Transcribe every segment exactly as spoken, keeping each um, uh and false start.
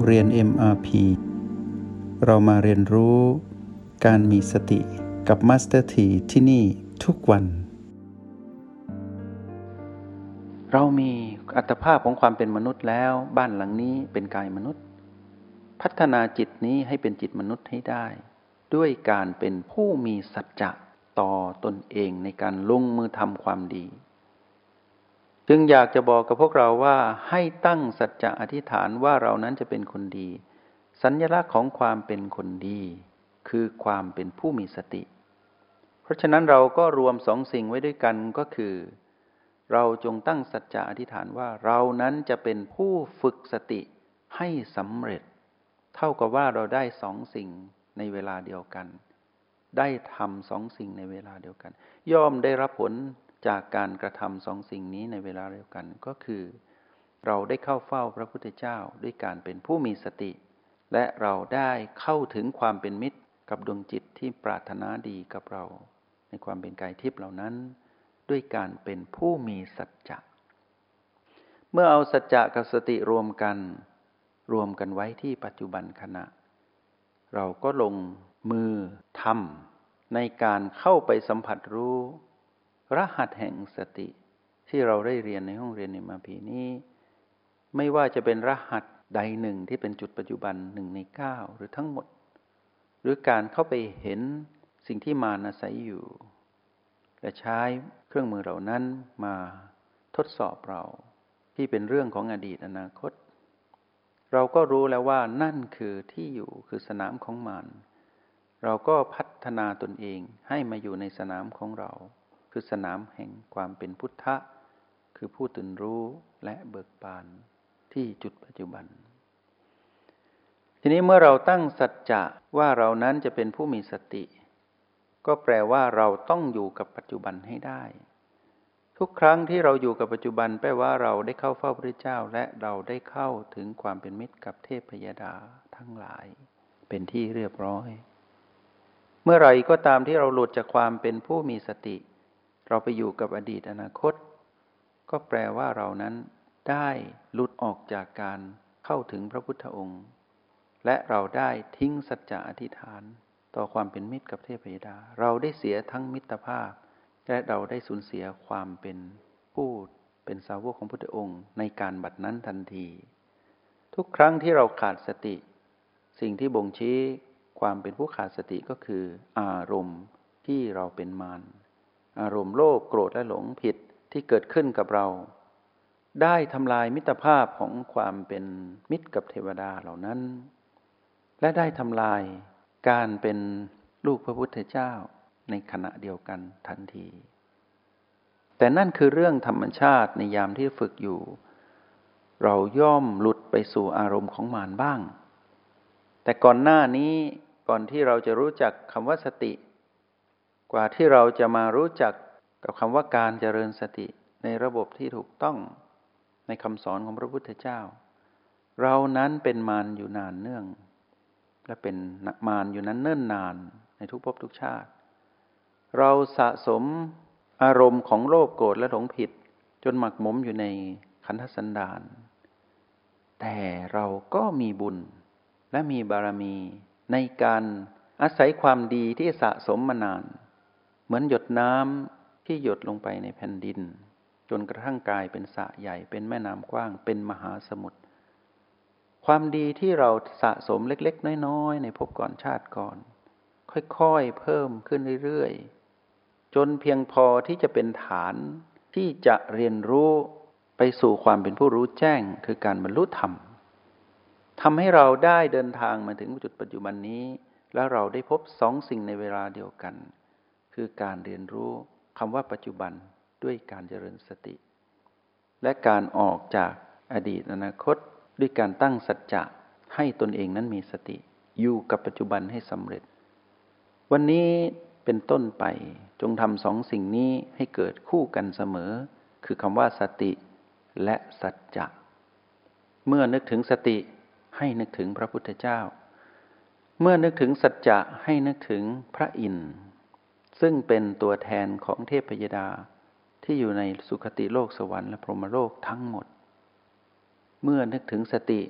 เรียน เอ็ม อาร์ พี เรามาเรียนรู้การมีสติกับ Master T ที่นี่ทุกวันเรามีอัตภาพของความเป็นมนุษย์แล้วบ้านหลังนี้เป็นกายมนุษย์พัฒนาจิตนี้ให้เป็นจิตมนุษย์ให้ได้ด้วยการเป็นผู้มีสัจจะต่อตนเองในการลงมือทำความดีจึงอยากจะบอกกับพวกเราว่าให้ตั้งสัจจะอธิษฐานว่าเรานั้นจะเป็นคนดีสัญลักษณ์ของความเป็นคนดีคือความเป็นผู้มีสติเพราะฉะนั้นเราก็รวมสองสิ่งไว้ด้วยกันก็คือเราจงตั้งสัจจะอธิษฐานว่าเรานั้นจะเป็นผู้ฝึกสติให้สำเร็จเท่ากับว่าเราได้สองสิ่งในเวลาเดียวกันได้ทำสองสิ่งในเวลาเดียวกันย่อมได้รับผลจากการกระทำสองสิ่งนี้ในเวลาเดียวกันก็คือเราได้เข้าเฝ้าพระพุทธเจ้าด้วยการเป็นผู้มีสติและเราได้เข้าถึงความเป็นมิตรกับดวงจิตที่ปรารถนาดีกับเราในความเป็นกายทิพย์เหล่านั้นด้วยการเป็นผู้มีสัจจะเมื่อเอาสัจจะกับสติรวมกันรวมกันไว้ที่ปัจจุบันขณะเราก็ลงมือทำในการเข้าไปสัมผัสรู้รหัสแห่งสติที่เราได้เรียนในห้องเรียน เอ็ม อาร์ พี นี้ไม่ว่าจะเป็นรหัสใดหนึ่งที่เป็นจุดปัจจุบันหนึ่งในเก้าหรือทั้งหมดหรือการเข้าไปเห็นสิ่งที่มารอาศัยอยู่และใช้เครื่องมือเหล่านั้นมาทดสอบเราที่เป็นเรื่องของอดีตอนาคตเราก็รู้แล้วว่านั่นคือที่อยู่คือสนามของมารเราก็พัฒนาตนเองให้มาอยู่ในสนามของเราคือสนามแห่งความเป็นพุทธะคือผู้ตื่นรู้และเบิกบานที่จุดปัจจุบันทีนี้เมื่อเราตั้งสัจจะว่าเรานั้นจะเป็นผู้มีสติก็แปลว่าเราต้องอยู่กับปัจจุบันให้ได้ทุกครั้งที่เราอยู่กับปัจจุบันแปลว่าเราได้เข้าเฝ้าพระเจ้าและเราได้เข้าถึงความเป็นมิตรกับเทพยดาทั้งหลายเป็นที่เรียบร้อยเมื่อไหร่ก็ตามที่เราหลุดจากความเป็นผู้มีสติเราไปอยู่กับอดีตอนาคตก็แปลว่าเรานั้นได้หลุดออกจากการเข้าถึงพระพุทธองค์และเราได้ทิ้งสัจจะอธิษฐานต่อความเป็นมิตรกับเทพยดาเราได้เสียทั้งมิตรภาพและเราได้สูญเสียความเป็นผู้เป็นสาวกของพระพุทธองค์ในการบัดนั้นทันทีทุกครั้งที่เราขาดสติสิ่งที่บ่งชี้ความเป็นผู้ขาดสติก็คืออารมณ์ที่เราเป็นมารอารมณ์โลภโกรธและหลงผิดที่เกิดขึ้นกับเราได้ทำลายมิตรภาพของความเป็นมิตรกับเทวดาเหล่านั้นและได้ทำลายการเป็นลูกพระพุทธเจ้าในขณะเดียวกันทันทีแต่นั่นคือเรื่องธรรมชาติในยามที่ฝึกอยู่เราย่อมหลุดไปสู่อารมณ์ของมารบ้างแต่ก่อนหน้านี้ก่อนที่เราจะรู้จักคำว่าสติกว่าที่เราจะมารู้จักกับคำว่าการเจริญสติในระบบที่ถูกต้องในคำสอนของพระพุทธเจ้าเรานั้นเป็นมารอยู่นานเนื่องและเป็นมารอยู่นั้นเนิ่นนานในทุกภพทุกชาติเราสะสมอารมณ์ของโลภโกรธและหลงผิดจนหมักหมมอยู่ในขันธสันดานแต่เราก็มีบุญและมีบารมีในการอาศัยความดีที่สะสมมานานเหมือนหยดน้ำที่หยดลงไปในแผ่นดินจนกระทั่งกลายเป็นสระใหญ่เป็นแม่น้ำกว้างเป็นมหาสมุทรความดีที่เราสะสมเล็กๆน้อยๆในภพก่อนชาติก่อนค่อยๆเพิ่มขึ้นเรื่อยๆจนเพียงพอที่จะเป็นฐานที่จะเรียนรู้ไปสู่ความเป็นผู้รู้แจ้งคือการบรรลุธรรมทำให้เราได้เดินทางมาถึงจุดปัจจุบันนี้แล้วเราได้พบสองสิ่งในเวลาเดียวกันคือการเรียนรู้คำว่าปัจจุบันด้วยการเจริญสติและการออกจากอดีตอนาคตด้วยการตั้งสัจจะให้ตนเองนั้นมีสติอยู่กับปัจจุบันให้สำเร็จวันนี้เป็นต้นไปจงทำสองสิ่งนี้ให้เกิดคู่กันเสมอคือคำว่าสติและสัจจะเมื่อนึกถึงสติให้นึกถึงพระพุทธเจ้าเมื่อนึกถึงสัจจะให้นึกถึงพระอินทร์ซึ่งเป็นตัวแทนของเทพยดาที่อยู่ในสุคติโลกสวรรค์และพรหมโลกทั้งหมดเมื่อนึกถึงสติ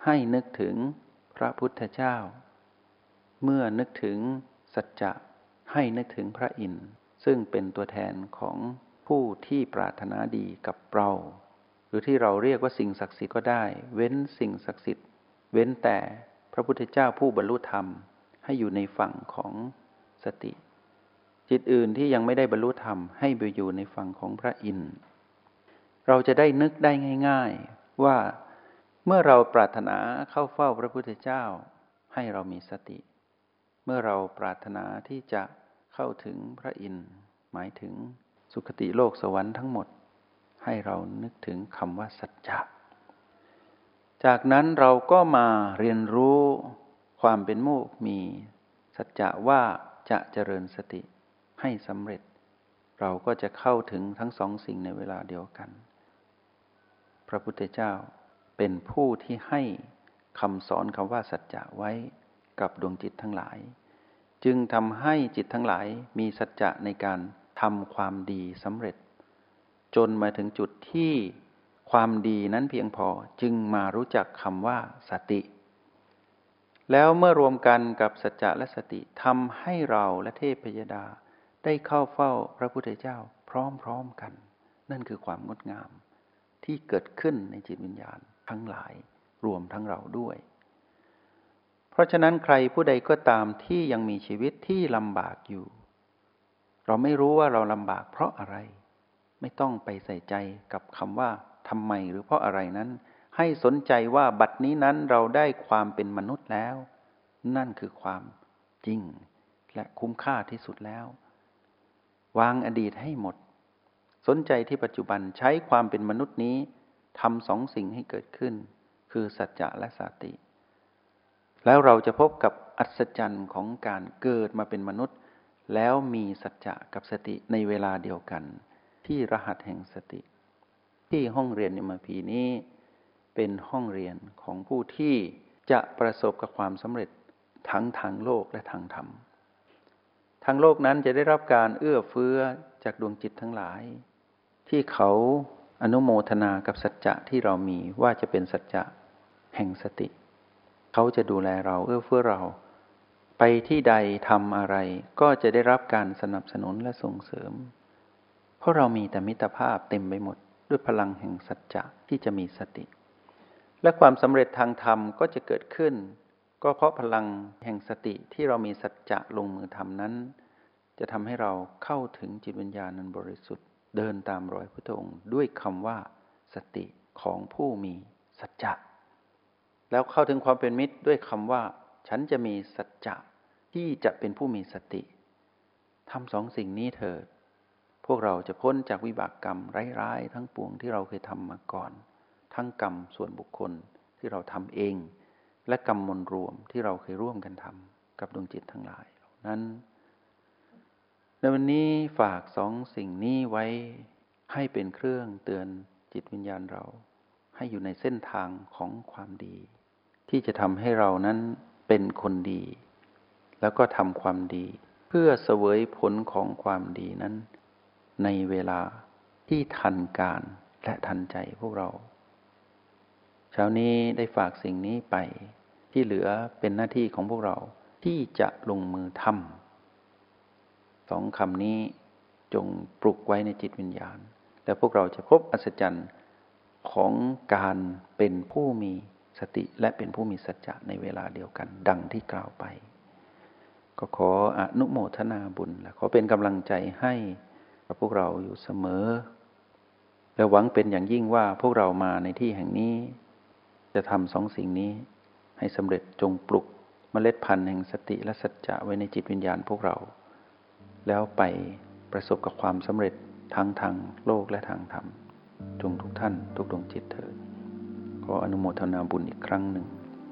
ให้นึกถึงพระพุทธเจ้าเมื่อนึกถึงสัจจะให้นึกถึงพระอินทร์ซึ่งเป็นตัวแทนของผู้ที่ปรารถนาดีกับเราหรือที่เราเรียกว่าสิ่งศักดิ์สิทธิ์ก็ได้เว้นสิ่งศักดิ์สิทธิ์เว้นแต่พระพุทธเจ้าผู้บรรลุธรรมให้อยู่ในฝั่งของสติจิตอื่นที่ยังไม่ได้บรรลุธรรมให้ไปอยู่ในฝั่งของพระอินทร์เราจะได้นึกได้ง่ายๆว่าเมื่อเราปรารถนาเข้าเฝ้าพระพุทธเจ้าให้เรามีสติเมื่อเราปรารถนาที่จะเข้าถึงพระอินทร์หมายถึงสุคติโลกสวรรค์ทั้งหมดให้เรานึกถึงคำว่าสัจจะจากนั้นเราก็มาเรียนรู้ความเป็นผู้มีสัจจะว่าจะเจริญสติให้สำเร็จเราก็จะเข้าถึงทั้งสองสิ่งในเวลาเดียวกันพระพุทธเจ้าเป็นผู้ที่ให้คำสอนคำว่าสัจจะไว้กับดวงจิตทั้งหลายจึงทำให้จิตทั้งหลายมีสัจจะในการทำความดีสำเร็จจนมาถึงจุดที่ความดีนั้นเพียงพอจึงมารู้จักคำว่าสติแล้วเมื่อรวมกันกับสัจจะและสติทำให้เราและเทพยดาได้เข้าเฝ้าพระพุทธเจ้าพร้อมๆกันนั่นคือความงดงามที่เกิดขึ้นในจิตวิญญาณทั้งหลายรวมทั้งเราด้วยเพราะฉะนั้นใครผู้ใดก็ตามที่ยังมีชีวิตที่ลำบากอยู่เราไม่รู้ว่าเราลำบากเพราะอะไรไม่ต้องไปใส่ใจกับคำว่าทำไมหรือเพราะอะไรนั้นให้สนใจว่าบัดนี้นั้นเราได้ความเป็นมนุษย์แล้วนั่นคือความจริงและคุ้มค่าที่สุดแล้ววางอดีตให้หมดสนใจที่ปัจจุบันใช้ความเป็นมนุษย์นี้ทำสองสิ่งให้เกิดขึ้นคือสัจจะและสติแล้วเราจะพบกับอัศจรรย์ของการเกิดมาเป็นมนุษย์แล้วมีสัจจะกับสติในเวลาเดียวกันที่รหัสแห่งสติที่ห้องเรียน เอ็ม อาร์ พี นี้เป็นห้องเรียนของผู้ที่จะประสบกับความสำเร็จทั้งทางโลกและทางธรรมทางโลกนั้นจะได้รับการเอื้อเฟื้อจากดวงจิตทั้งหลายที่เขาอนุโมทนากับสัจจะที่เรามีว่าจะเป็นสัจจะแห่งสติเขาจะดูแลเราเอื้อเฟื้อเราไปที่ใดทำอะไรก็จะได้รับการสนับสนุนและส่งเสริมเพราะเรามีแต่มิตรภาพเต็มไปหมดด้วยพลังแห่งสัจจะที่จะมีสติและความสำเร็จทางธรรมก็จะเกิดขึ้นก็เพราะพลังแห่งสติที่เรามีสัจจะลงมือทำนั้นจะทำให้เราเข้าถึงจิตวิญญาณนั้นบริสุทธิ์เดินตามรอยพระองค์ด้วยคำว่าสติของผู้มีสัจจะแล้วเข้าถึงความเป็นมิตรด้วยคำว่าฉันจะมีสัจจะที่จะเป็นผู้มีสติทำสองสิ่งนี้เถิดพวกเราจะพ้นจากวิบากกรรมร้ายๆทั้งปวงที่เราเคยทำมาก่อนทั้งกรรมส่วนบุคคลที่เราทำเองและกรรมมวลรวมที่เราเคยร่วมกันทำกับดวงจิตทั้งหลายเหล่านั้นในวันนี้ฝากสองสิ่งนี้ไว้ให้เป็นเครื่องเตือนจิตวิญญาณเราให้อยู่ในเส้นทางของความดีที่จะทำให้เรานั้นเป็นคนดีแล้วก็ทำความดีเพื่อเสวยผลของความดีนั้นในเวลาที่ทันการและทันใจพวกเราเช้านี้ได้ฝากสิ่งนี้ไปที่เหลือเป็นหน้าที่ของพวกเราที่จะลงมือทำสองคำนี้จงปลุกไว้ในจิตวิญญาณและพวกเราจะพบอัศจรรย์ของการเป็นผู้มีสติและเป็นผู้มีสัจจะในเวลาเดียวกันดังที่กล่าวไปก็ขออนุโมทนาบุญและขอเป็นกำลังใจให้กับพวกเราอยู่เสมอและหวังเป็นอย่างยิ่งว่าพวกเรามาในที่แห่งนี้จะทำสองสิ่งนี้ให้สำเร็จจงปลุกเมล็ดพันธุ์แห่งสติและสัจจะไว้ในจิตวิญญาณพวกเราแล้วไปประสบกับความสำเร็จทั้งทางโลกและทางธรรมจงทุกท่านทุกดวงจิตเถิดขออนุโมทนาบุญอีกครั้งหนึ่ง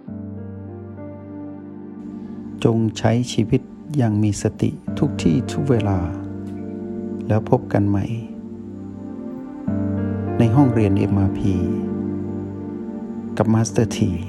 จงใช้ชีวิตอย่างมีสติทุกที่ทุกเวลาแล้วพบกันใหม่ในห้องเรียน เอ็ม อาร์ พี กับมาสเตอร์ ที